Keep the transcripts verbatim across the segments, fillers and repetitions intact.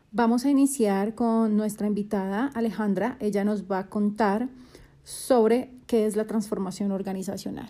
Vamos a iniciar con nuestra invitada Alejandra. Ella nos va a contar sobre qué es la transformación organizacional.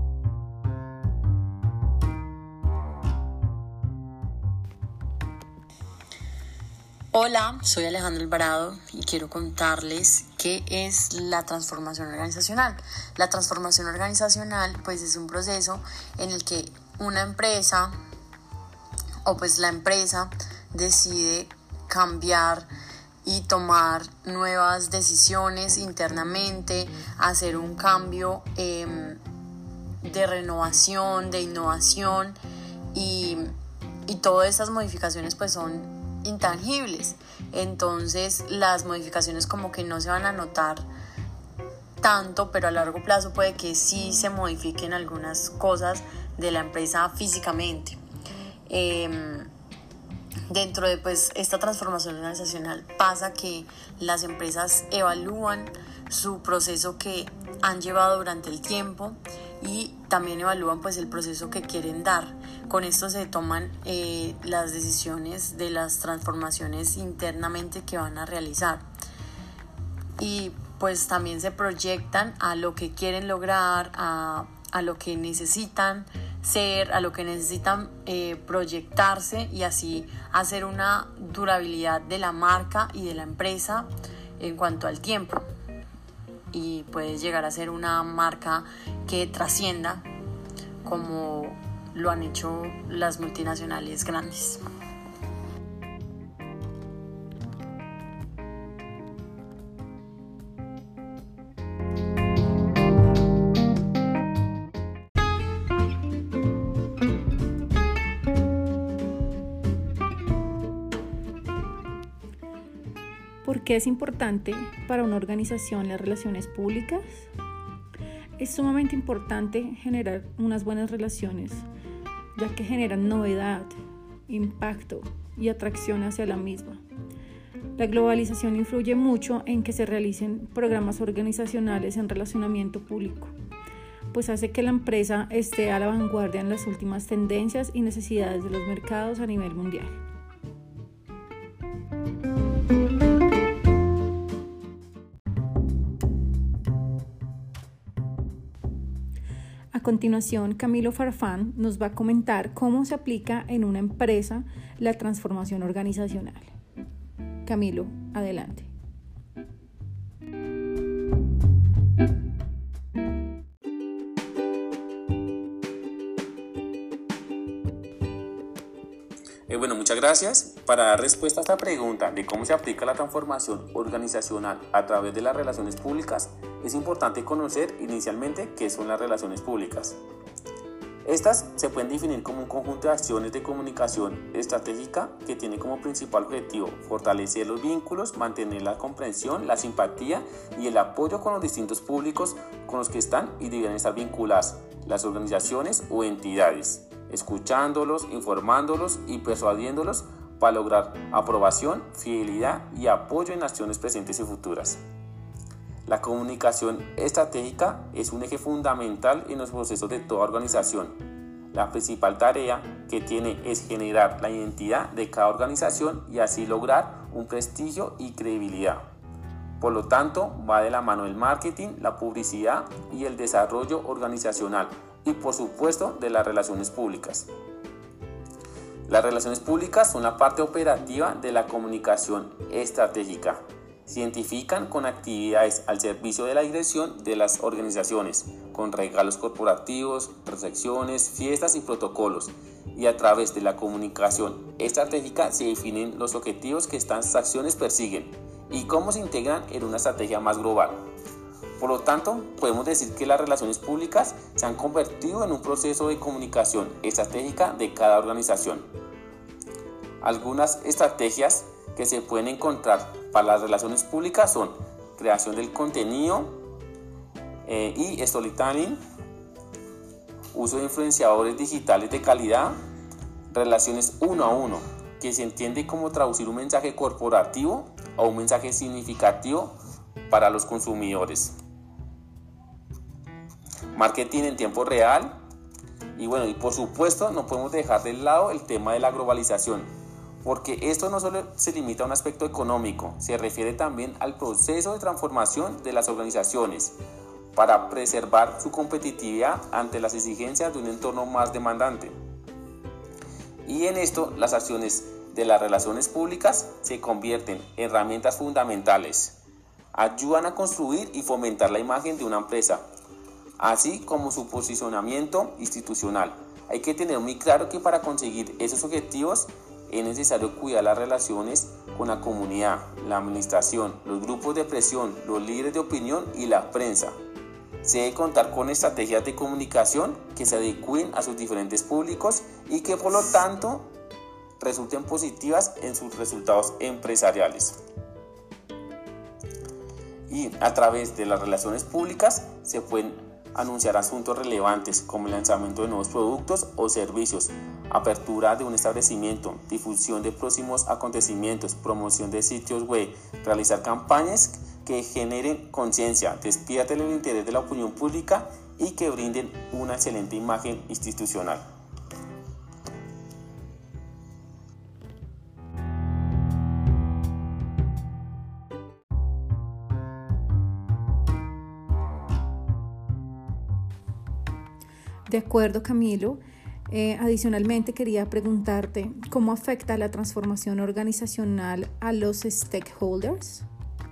Hola, soy Alejandra Alvarado y quiero contarles qué es la transformación organizacional. La transformación organizacional pues es un proceso en el que una empresa o pues la empresa decide cambiar y tomar nuevas decisiones internamente, hacer un cambio eh, de renovación, de innovación y, y todas estas modificaciones pues son intangibles. Entonces las modificaciones como que no se van a notar tanto, pero a largo plazo puede que sí se modifiquen algunas cosas de la empresa físicamente. Eh, dentro de pues esta transformación organizacional pasa que las empresas evalúan su proceso que han llevado durante el tiempo y también evalúan pues el proceso que quieren dar. Con esto se toman eh, las decisiones de las transformaciones internamente que van a realizar y pues también se proyectan a lo que quieren lograr, a, a lo que necesitan ser, a lo que necesitan eh, proyectarse y así hacer una durabilidad de la marca y de la empresa en cuanto al tiempo. Y puede llegar a ser una marca que trascienda como lo han hecho las multinacionales grandes. ¿Por qué es importante para una organización las relaciones públicas? Es sumamente importante generar unas buenas relaciones, ya que generan novedad, impacto y atracción hacia la misma. La globalización influye mucho en que se realicen programas organizacionales en relacionamiento público, pues hace que la empresa esté a la vanguardia en las últimas tendencias y necesidades de los mercados a nivel mundial. A continuación, Camilo Farfán nos va a comentar cómo se aplica en una empresa la transformación organizacional. Camilo, adelante. Eh, bueno, muchas gracias. Para dar respuesta a esta pregunta de cómo se aplica la transformación organizacional a través de las relaciones públicas, es importante conocer inicialmente qué son las relaciones públicas. Estas se pueden definir como un conjunto de acciones de comunicación estratégica que tiene como principal objetivo fortalecer los vínculos, mantener la comprensión, la simpatía y el apoyo con los distintos públicos con los que están y deben estar vinculadas las organizaciones o entidades, escuchándolos, informándolos y persuadiéndolos para lograr aprobación, fidelidad y apoyo en acciones presentes y futuras. La comunicación estratégica es un eje fundamental en los procesos de toda organización. La principal tarea que tiene es generar la identidad de cada organización y así lograr un prestigio y credibilidad. Por lo tanto, va de la mano el marketing, la publicidad y el desarrollo organizacional y por supuesto de las relaciones públicas. Las relaciones públicas son la parte operativa de la comunicación estratégica. Se identifican con actividades al servicio de la dirección de las organizaciones, con regalos corporativos, recepciones, fiestas y protocolos. Y a través de la comunicación estratégica se definen los objetivos que estas acciones persiguen y cómo se integran en una estrategia más global. Por lo tanto, podemos decir que las relaciones públicas se han convertido en un proceso de comunicación estratégica de cada organización. Algunas estrategias que se pueden encontrar para las relaciones públicas son creación del contenido eh, y storytelling, uso de influenciadores digitales de calidad, relaciones uno a uno, que se entiende como traducir un mensaje corporativo a un mensaje significativo para los consumidores. Marketing en tiempo real y bueno, y por supuesto no podemos dejar de lado el tema de la globalización, porque esto no solo se limita a un aspecto económico, se refiere también al proceso de transformación de las organizaciones para preservar su competitividad ante las exigencias de un entorno más demandante. Y en esto, las acciones de las relaciones públicas se convierten en herramientas fundamentales. Ayudan a construir y fomentar la imagen de una empresa, así como su posicionamiento institucional. Hay que tener muy claro que para conseguir esos objetivos es necesario cuidar las relaciones con la comunidad, la administración, los grupos de presión, los líderes de opinión y la prensa. Se debe contar con estrategias de comunicación que se adecúen a sus diferentes públicos y que por lo tanto resulten positivas en sus resultados empresariales. Y a través de las relaciones públicas se pueden anunciar asuntos relevantes como el lanzamiento de nuevos productos o servicios, apertura de un establecimiento, difusión de próximos acontecimientos, promoción de sitios web, realizar campañas que generen conciencia, despierten el interés de la opinión pública y que brinden una excelente imagen institucional. De acuerdo, Camilo. Eh, adicionalmente, quería preguntarte, ¿cómo afecta la transformación organizacional a los stakeholders?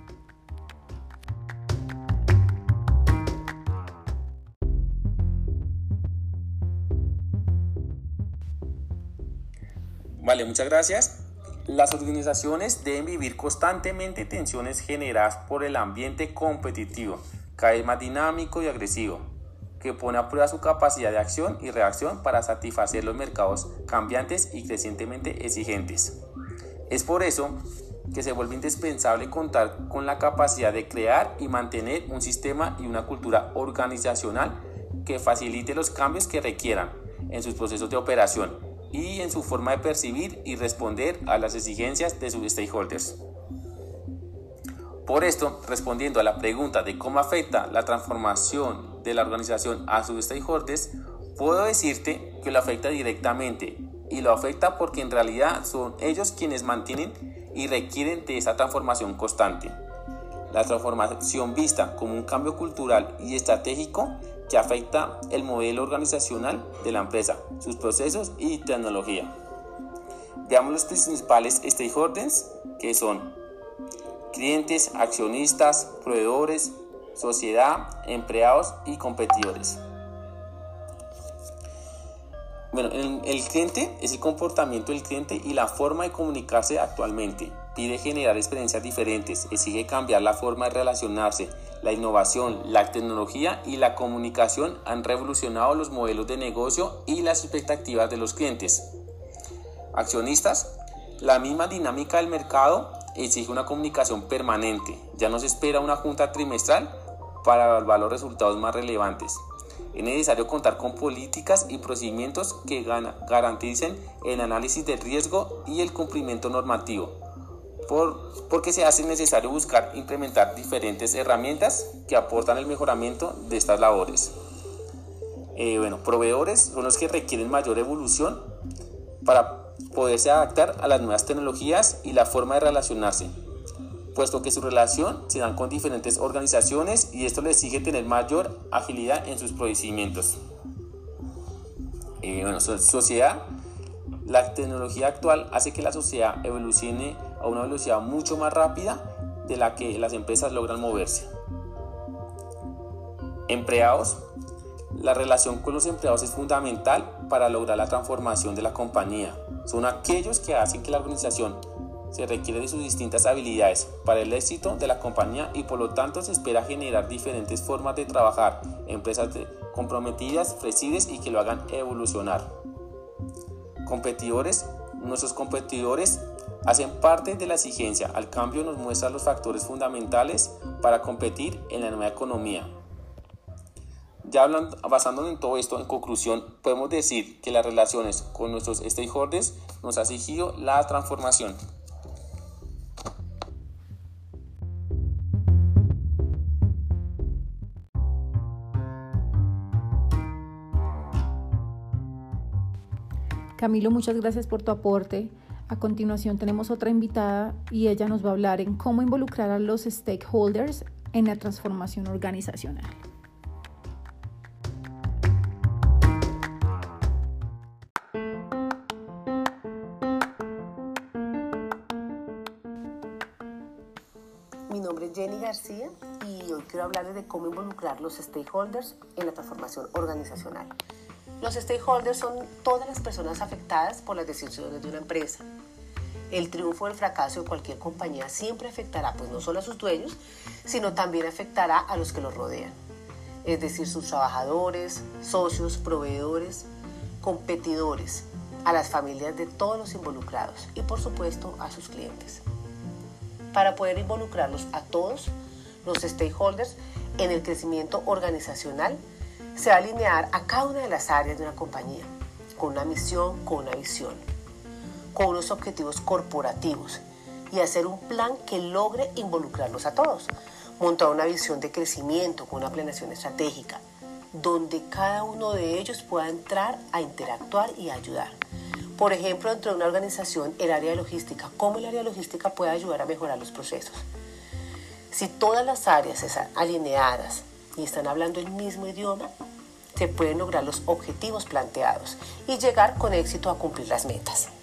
Vale, muchas gracias. Las organizaciones deben vivir constantemente tensiones generadas por el ambiente competitivo, cada vez más dinámico y agresivo, que pone a prueba su capacidad de acción y reacción para satisfacer los mercados cambiantes y crecientemente exigentes. Es por eso que se vuelve indispensable contar con la capacidad de crear y mantener un sistema y una cultura organizacional que facilite los cambios que requieran en sus procesos de operación y en su forma de percibir y responder a las exigencias de sus stakeholders. Por esto, respondiendo a la pregunta de cómo afecta la transformación de la organización a sus stakeholders, puedo decirte que lo afecta directamente, y lo afecta porque en realidad son ellos quienes mantienen y requieren de esa transformación constante. La transformación vista como un cambio cultural y estratégico que afecta el modelo organizacional de la empresa, sus procesos y tecnología. Veamos los principales stakeholders, que son clientes, accionistas, proveedores, sociedad, empleados y competidores. Bueno, el, el cliente es el comportamiento del cliente y la forma de comunicarse actualmente. Pide generar experiencias diferentes, exige cambiar la forma de relacionarse. La innovación, la tecnología y la comunicación han revolucionado los modelos de negocio y las expectativas de los clientes. Accionistas, la misma dinámica del mercado exige una comunicación permanente. Ya no se espera una junta trimestral para evaluar los resultados más relevantes. Es necesario contar con políticas y procedimientos que garanticen el análisis del riesgo y el cumplimiento normativo, por, porque se hace necesario buscar implementar diferentes herramientas que aportan el mejoramiento de estas labores. Eh, bueno, proveedores son los que requieren mayor evolución para poderse adaptar a las nuevas tecnologías y la forma de relacionarse, puesto que su relación se dan con diferentes organizaciones y esto les exige tener mayor agilidad en sus procedimientos. Eh, bueno, sociedad. La tecnología actual hace que la sociedad evolucione a una velocidad mucho más rápida de la que las empresas logran moverse. Empleados. La relación con los empleados es fundamental para lograr la transformación de la compañía. Son aquellos que hacen que la organización se requiere de sus distintas habilidades para el éxito de la compañía y por lo tanto se espera generar diferentes formas de trabajar, empresas comprometidas, flexibles y que lo hagan evolucionar. Competidores. Nuestros competidores hacen parte de la exigencia al cambio, nos muestran los factores fundamentales para competir en la nueva economía. Ya hablando, basándonos en todo esto, en conclusión, podemos decir que las relaciones con nuestros stakeholders nos ha exigido la transformación. Camilo, muchas gracias por tu aporte A continuación tenemos otra invitada y ella nos va a hablar en cómo involucrar a los stakeholders en la transformación organizacional. Mi nombre es Jenny García y hoy quiero hablarles de cómo involucrar los stakeholders en la transformación organizacional. Los stakeholders son todas las personas afectadas por las decisiones de una empresa. El triunfo o el fracaso de cualquier compañía siempre afectará pues no solo a sus dueños, sino también afectará a los que los rodean, es decir, sus trabajadores, socios, proveedores, competidores, a las familias de todos los involucrados y por supuesto a sus clientes. Para poder involucrarlos a todos los stakeholders en el crecimiento organizacional, se va a alinear a cada una de las áreas de una compañía, con una misión, con una visión, con unos objetivos corporativos y hacer un plan que logre involucrarlos a todos, montar una visión de crecimiento con una planeación estratégica, donde cada uno de ellos pueda entrar a interactuar y a ayudar. Por ejemplo, dentro de una organización, el área de logística, cómo el área de logística puede ayudar a mejorar los procesos. Si todas las áreas están alineadas y están hablando el mismo idioma, se pueden lograr los objetivos planteados y llegar con éxito a cumplir las metas.